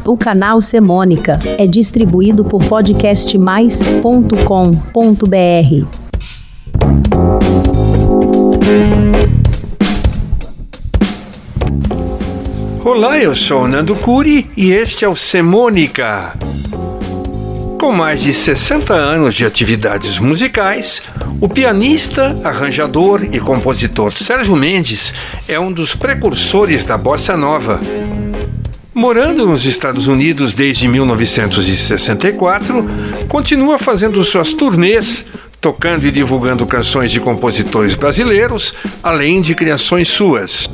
O canal Semônica é distribuído por podcastmais.com.br. Olá, eu sou o Nando Curi e este é o Semônica. Com mais de 60 anos de atividades musicais, o pianista, arranjador e compositor Sérgio Mendes é um dos precursores da bossa nova. Morando nos Estados Unidos desde 1964, continua fazendo suas turnês, tocando e divulgando canções de compositores brasileiros, além de criações suas.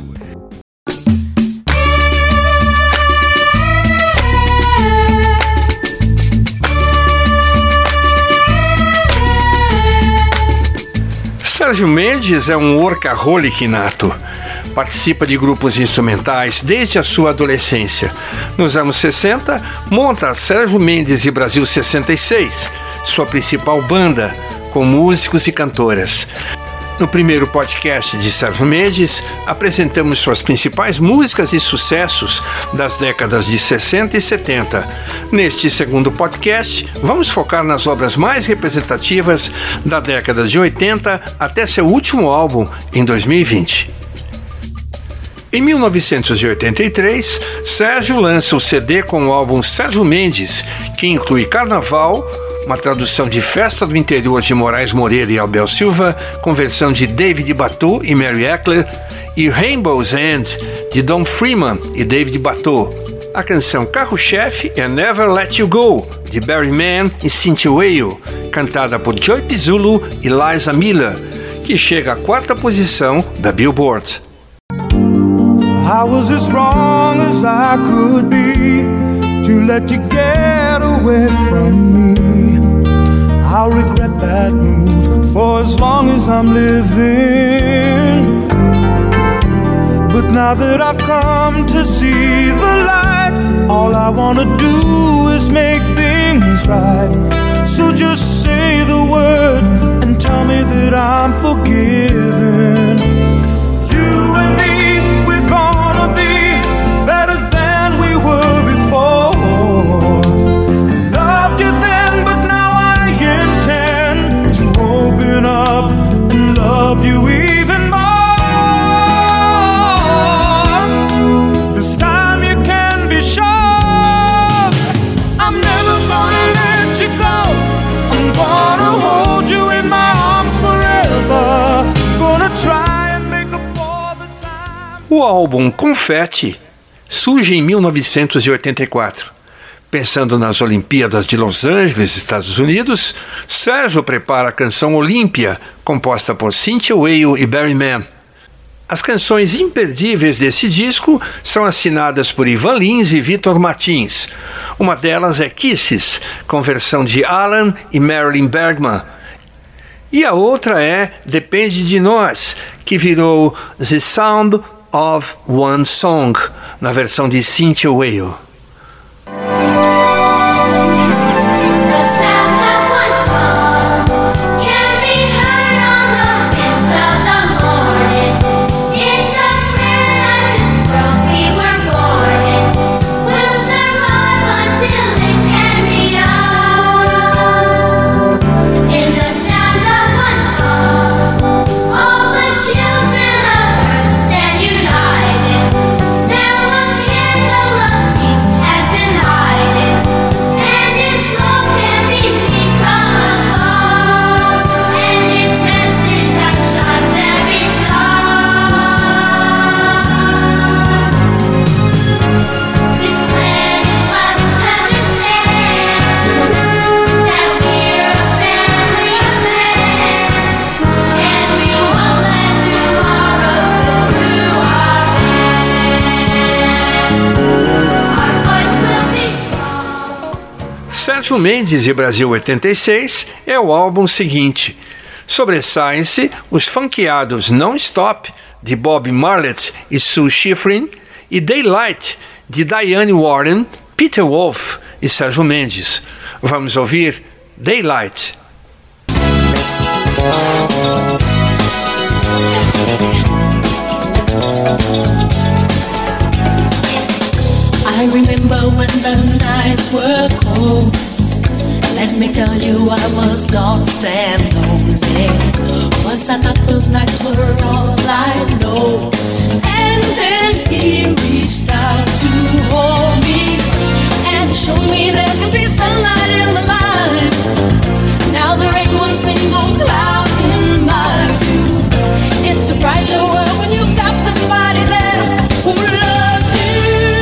Sérgio Mendes é um workaholic nato. Participa de grupos instrumentais desde a sua adolescência. Nos anos 60, monta a Sérgio Mendes e Brasil 66, sua principal banda, com músicos e cantoras. No primeiro podcast de Sérgio Mendes, apresentamos suas principais músicas e sucessos das décadas de 60 e 70. Neste segundo podcast, vamos focar nas obras mais representativas da década de 80 até seu último álbum, em 2020. Em 1983, Sérgio lança o CD com o álbum Sérgio Mendes, que inclui Carnaval, uma tradução de Festa do Interior de Moraes Moreira e Abel Silva, com versão de David Batu e Mary Eckler, e Rainbow's End, de Don Freeman e David Batu. A canção carro-chefe é Never Let You Go, de Barry Mann e Cynthia Weil, cantada por Joey Pizzolo e Liza Miller, que chega à 4ª posição da Billboard. I was as wrong as I could be to let you get away from me. I'll regret that move for as long as I'm living. But now that I've come to see the light, all I wanna do is make things right. So just say the word and tell me that I'm forgiven. You and me, we're gonna be better than we were before. Loved you then, but now I intend to open up and love you even more. This time you can be sure I'm never gonna let you go. I'm gonna hold you in my arms forever. Gonna try and make up for the time. O álbum Confetti surge em 1984. Pensando nas Olimpíadas de Los Angeles, Estados Unidos, Sérgio prepara a canção Olímpia, composta por Cynthia Weil e Barry Mann. As canções imperdíveis desse disco são assinadas por Ivan Lins e Vitor Martins. Uma delas é Kisses, com versão de Alan e Marilyn Bergman. E a outra é Depende de Nós, que virou The Sound of One Song, na versão de Cynthia Weil. Sérgio Mendes e Brasil 86 é o álbum seguinte. Sobressaem-se os funkeados Non-Stop, de Bob Marlett e Sue Schifrin, e Daylight, de Diane Warren, Peter Wolf e Sérgio Mendes. Vamos ouvir Daylight. I remember were when the nights were cold. Let me tell you, I was lost and lonely. Once I thought those nights were all I know. And then he reached out to hold me and showed me there could be sunlight in the light. Now there ain't one single cloud in my view. It's a brighter world when you've got somebody there who loves you.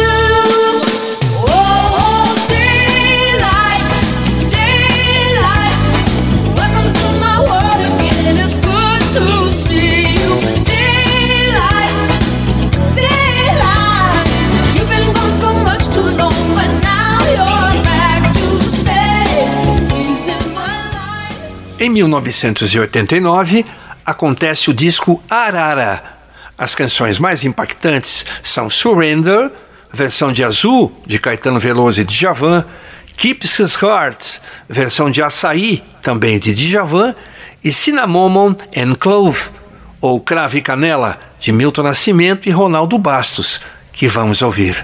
Oh, daylight, daylight, welcome to my world again. It's good to see you. Daylight, daylight, you've been gone for much too long, but now you're back to stay. Easy my life. Em 1989, acontece o disco Arara. As canções mais impactantes são Surrender, versão de Azul, de Caetano Veloso e Djavan, Keeps His Heart, versão de Açaí, também de Djavan, e Cinnamon and Clove, ou Cravo e Canela, de Milton Nascimento e Ronaldo Bastos, que vamos ouvir.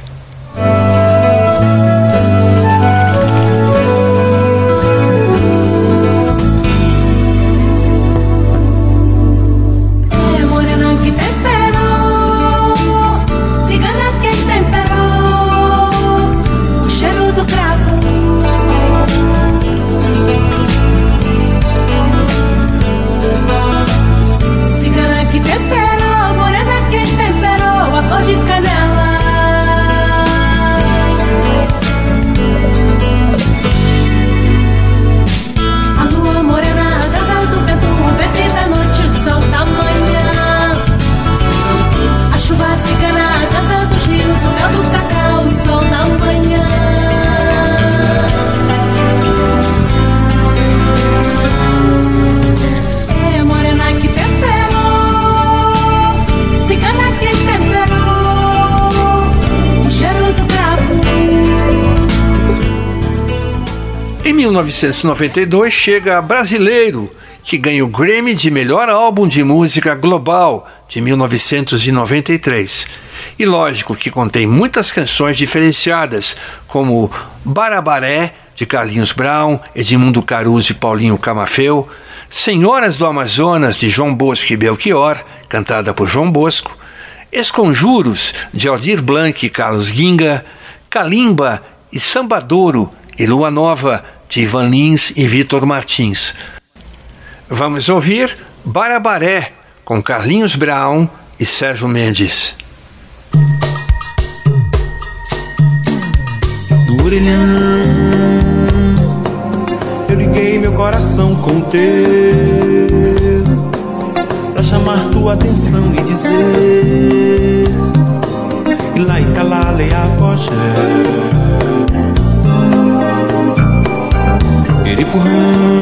Em 1992 chega Brasileiro, que ganha o Grammy de Melhor Álbum de Música Global de 1993. E lógico que contém muitas canções diferenciadas, como Barabaré, de Carlinhos Brown, Edmundo Caruso e Paulinho Camafeu, Senhoras do Amazonas, de João Bosco e Belchior, cantada por João Bosco, Esconjuros, de Aldir Blanc e Carlos Ginga, Kalimba e Sambadouro e Lua Nova, de Ivan Lins e Vitor Martins. Vamos ouvir Barabaré, com Carlinhos Brown e Sérgio Mendes. Do orelhão, eu liguei meu coração com o teu, pra chamar tua atenção e dizer lá e calale a voz. Iripurã,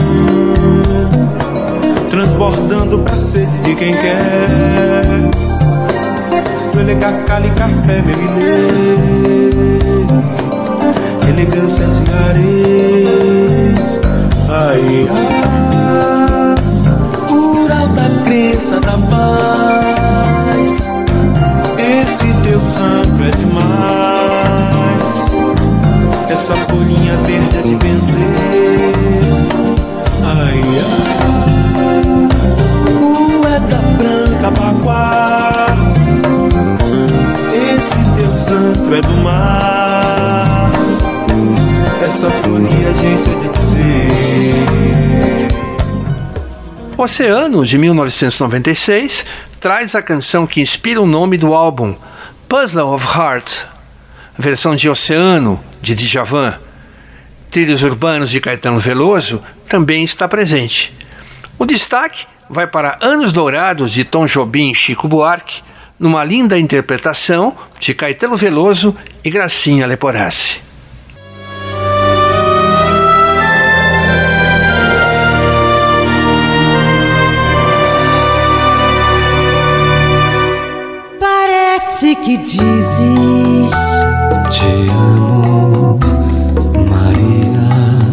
transbordando pra sede de quem quer. Elegar cali café, meu ilê, elegância de areia. Ai, ai, por alta crença da paz, esse teu santo é demais. Essa folhinha verde é de benzer. Ai, ai, moeda branca baguá, esse teu santo é do mar. Essa folhinha a gente é de dizer. Oceano, de 1996, traz a canção que inspira o nome do álbum, Puzzle of Hearts, versão de Oceano, de Djavan. Trilhos Urbanos, de Caetano Veloso, também está presente. O destaque vai para Anos Dourados, de Tom Jobim e Chico Buarque, numa linda interpretação de Caetano Veloso e Gracinha Leporassi. Parece que dizes te amo, Maria.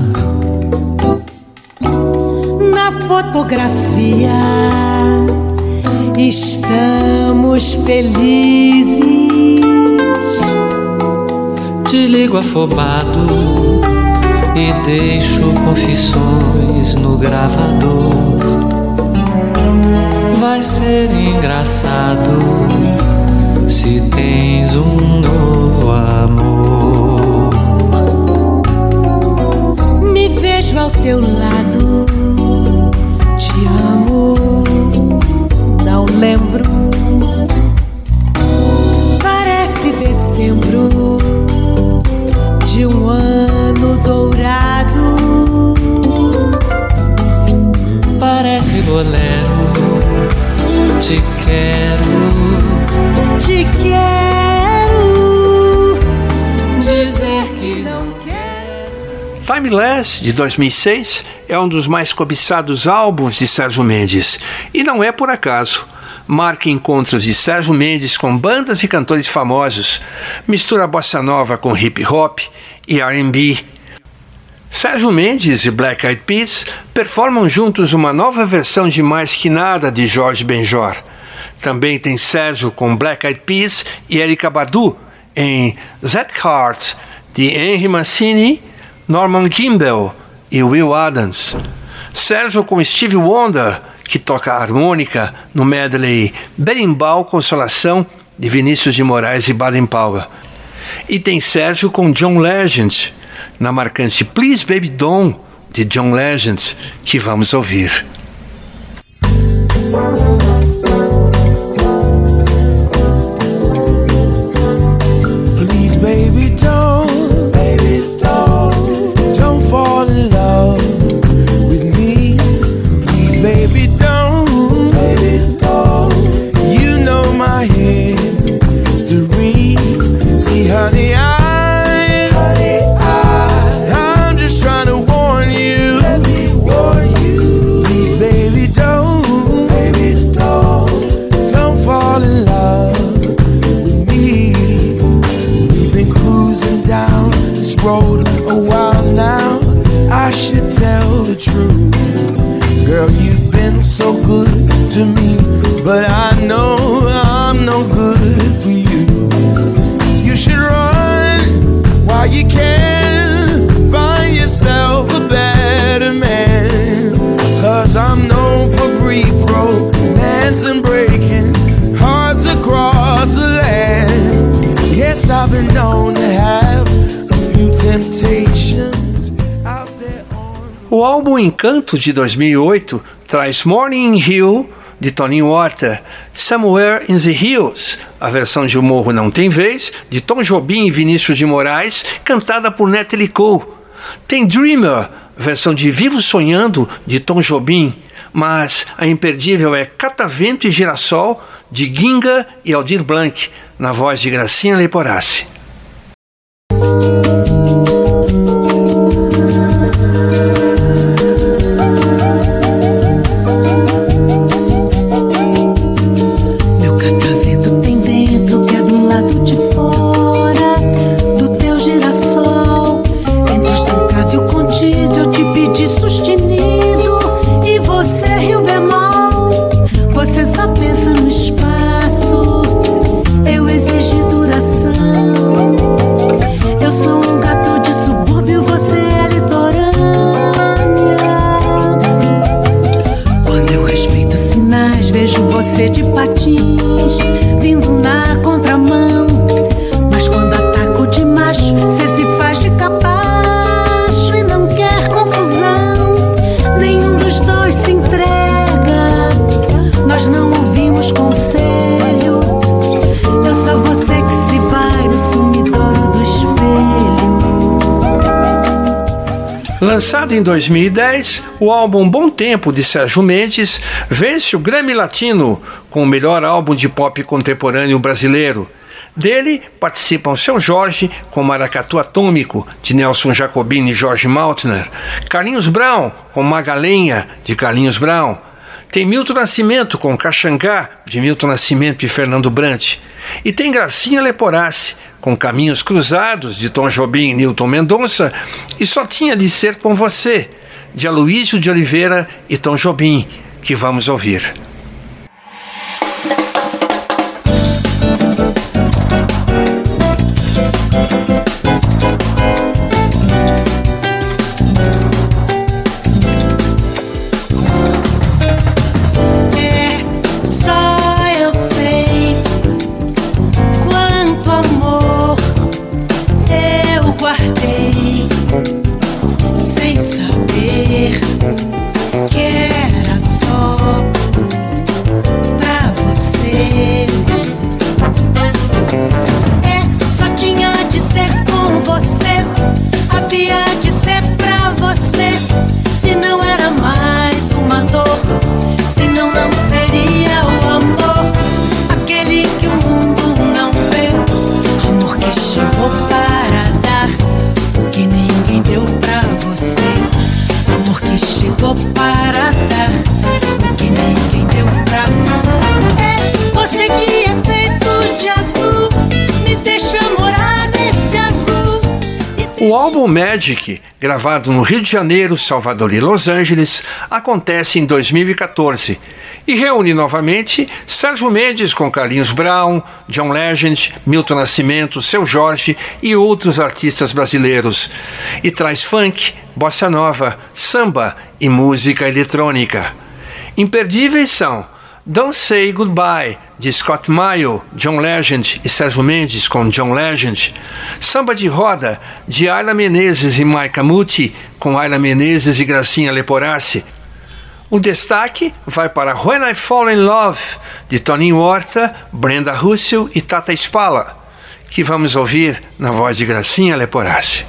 na fotografia estamos felizes. Te ligo afobado e deixo confissões no gravador. Vai ser engraçado se tens um novo amor. Me vejo ao teu lado, te amo, não lembro. Parece dezembro de um ano dourado. Parece bolero, te quero, te quero dizer que não quero. Timeless, de 2006, é um dos mais cobiçados álbuns de Sérgio Mendes. E não é por acaso. Marca encontros de Sérgio Mendes com bandas e cantores famosos. Mistura bossa nova com hip hop e R&B. Sérgio Mendes e Black Eyed Peas performam juntos uma nova versão de Mais Que Nada de Jorge Benjor. Também tem Sérgio com Black Eyed Peas e Erykah Badu em That Heart de Henry Mancini, Norman Gimbel e Will Adams. Sérgio com Stevie Wonder, que toca a harmônica no medley Berimbau Consolação de Vinícius de Moraes e Baden Powell. E tem Sérgio com John Legend, na marcante Please Baby Don't, de John Legend, que vamos ouvir. Please baby don't fall in love with me. Please baby don't, you know my history. See honey, I'm just trying to warn you. Let me warn you. Please baby don't fall in love with me. We've been cruising down this road a while now. I should tell the truth. Girl, you've been so good to me, but I know I'm no good for you. You should run while you can, find yourself a better man. 'Cause I'm known for brief romance and breaking hearts across the land. Yes, I've been known to have a few temptations out there on... O álbum Encanto, de 2008, traz Morning Hill, de Tony Horta, Somewhere in the Hills, a versão de O Morro Não Tem Vez, de Tom Jobim e Vinícius de Moraes, cantada por Natalie Cole. Tem Dreamer, versão de Vivo Sonhando, de Tom Jobim, mas a imperdível é Catavento e Girassol, de Ginga e Aldir Blanc, na voz de Gracinha Leporassi. De patins, vindo na contramão. Mas quando ataco de macho, cê se faz de capacho e não quer confusão. Nenhum dos dois se entrega, nós não ouvimos conselho. Eu sou você que se vai no sumidouro do espelho. Lançado em 2010, o álbum Bom Tempo, de Sérgio Mendes, vence o Grammy Latino com o melhor álbum de pop contemporâneo brasileiro. Dele participam Seu Jorge com Maracatu Atômico, de Nelson Jacobini e Jorge Maltner, Carlinhos Brown com Magalenha, de Carlinhos Brown. Tem Milton Nascimento com Caxangá, de Milton Nascimento e Fernando Brant. E tem Gracinha Leporassi com Caminhos Cruzados, de Tom Jobim e Nilton Mendonça, e Só Tinha de Ser Com Você, de Aloysio de Oliveira e Tom Jobim, que vamos ouvir. O álbum Magic, gravado no Rio de Janeiro, Salvador e Los Angeles, acontece em 2014 e reúne novamente Sérgio Mendes com Carlinhos Brown, John Legend, Milton Nascimento, Seu Jorge e outros artistas brasileiros, e traz funk, bossa nova, samba e música eletrônica. Imperdíveis são Don't Say Goodbye, de Scott Maio, John Legend e Sérgio Mendes com John Legend. Samba de Roda, de Ayla Menezes e Maica Muti, com Ayla Menezes e Gracinha Leporassi. O destaque vai para When I Fall in Love, de Toninho Horta, Brenda Russell e Tata Spala, que vamos ouvir na voz de Gracinha Leporassi.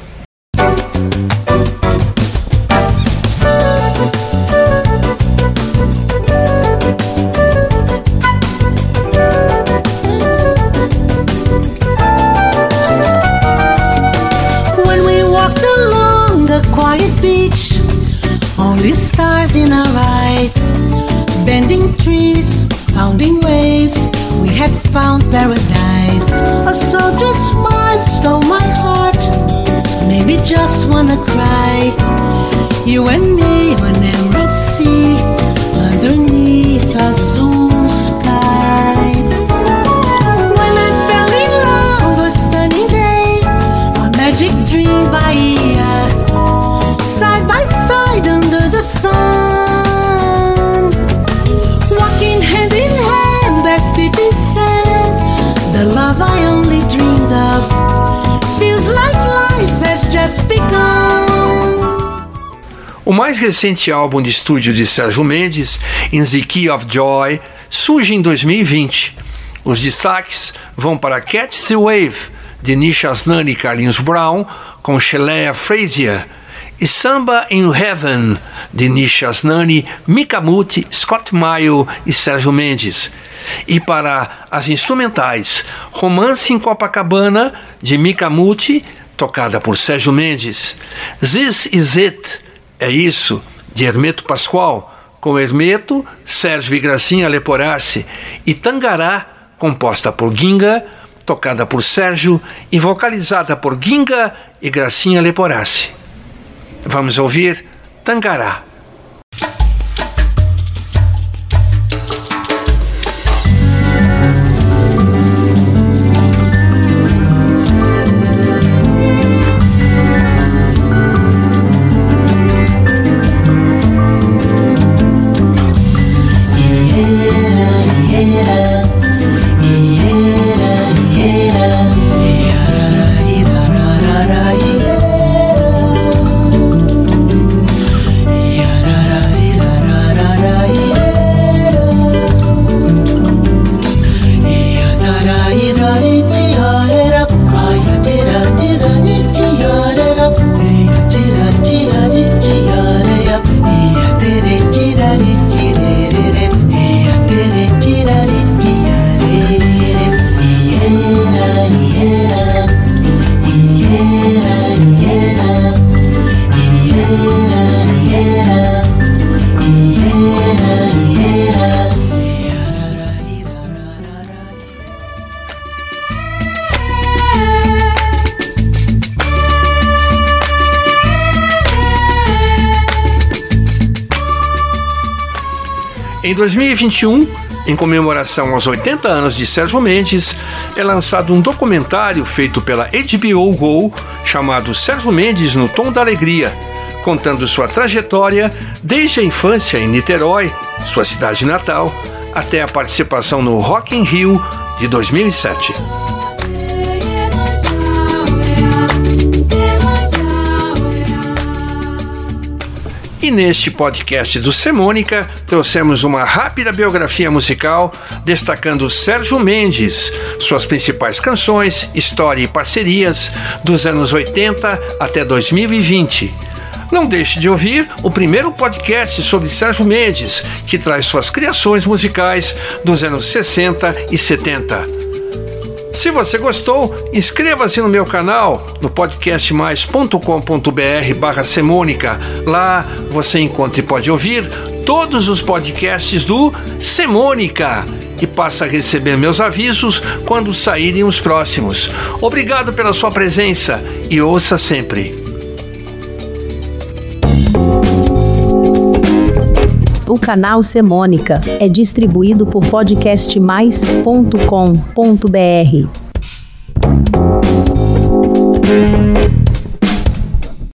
Only stars in our eyes, bending trees, pounding waves. We had found paradise. A soldier's smile stole my heart, made me just wanna cry. You and me on an emerald sea, underneath a azul sky. When I fell in love, a stunning day, a magic dream Bahia. Side by side under the sun, walking hand in hand, bare feet in sand. The love I only dreamed of feels like life has just begun. O mais recente álbum de estúdio de Sérgio Mendes, In the Key of Joy, surge em 2020. Os destaques vão para Catch the Wave, de Nisha Asnani e Carlinhos Brown, com Sheleia Frazier, e Samba in Heaven, de Nisha Asnani, Mika Muti, Scott Maio e Sérgio Mendes. E para as instrumentais, Romance em Copacabana, de Mika Muti, tocada por Sérgio Mendes. This Is It, É Isso, de Hermeto Pascoal, com Hermeto, Sérgio e Gracinha Leporassi. E Tangará, composta por Ginga, tocada por Sérgio e vocalizada por Ginga e Gracinha Leporassi. Vamos ouvir Tangará. Em 2021, em comemoração aos 80 anos de Sérgio Mendes, é lançado um documentário feito pela HBO Go chamado Sérgio Mendes no Tom da Alegria, contando sua trajetória desde a infância em Niterói, sua cidade natal, até a participação no Rock in Rio de 2007. E neste podcast do Semônica, trouxemos uma rápida biografia musical destacando Sérgio Mendes, suas principais canções, história e parcerias dos anos 80 até 2020. Não deixe de ouvir o primeiro podcast sobre Sérgio Mendes, que traz suas criações musicais dos anos 60 e 70. Se você gostou, inscreva-se no meu canal no podcastmais.com.br/semônica. Lá você encontra e pode ouvir todos os podcasts do Semônica e passa a receber meus avisos quando saírem os próximos. Obrigado pela sua presença e ouça sempre. O canal Semônica é distribuído por podcastmais.com.br.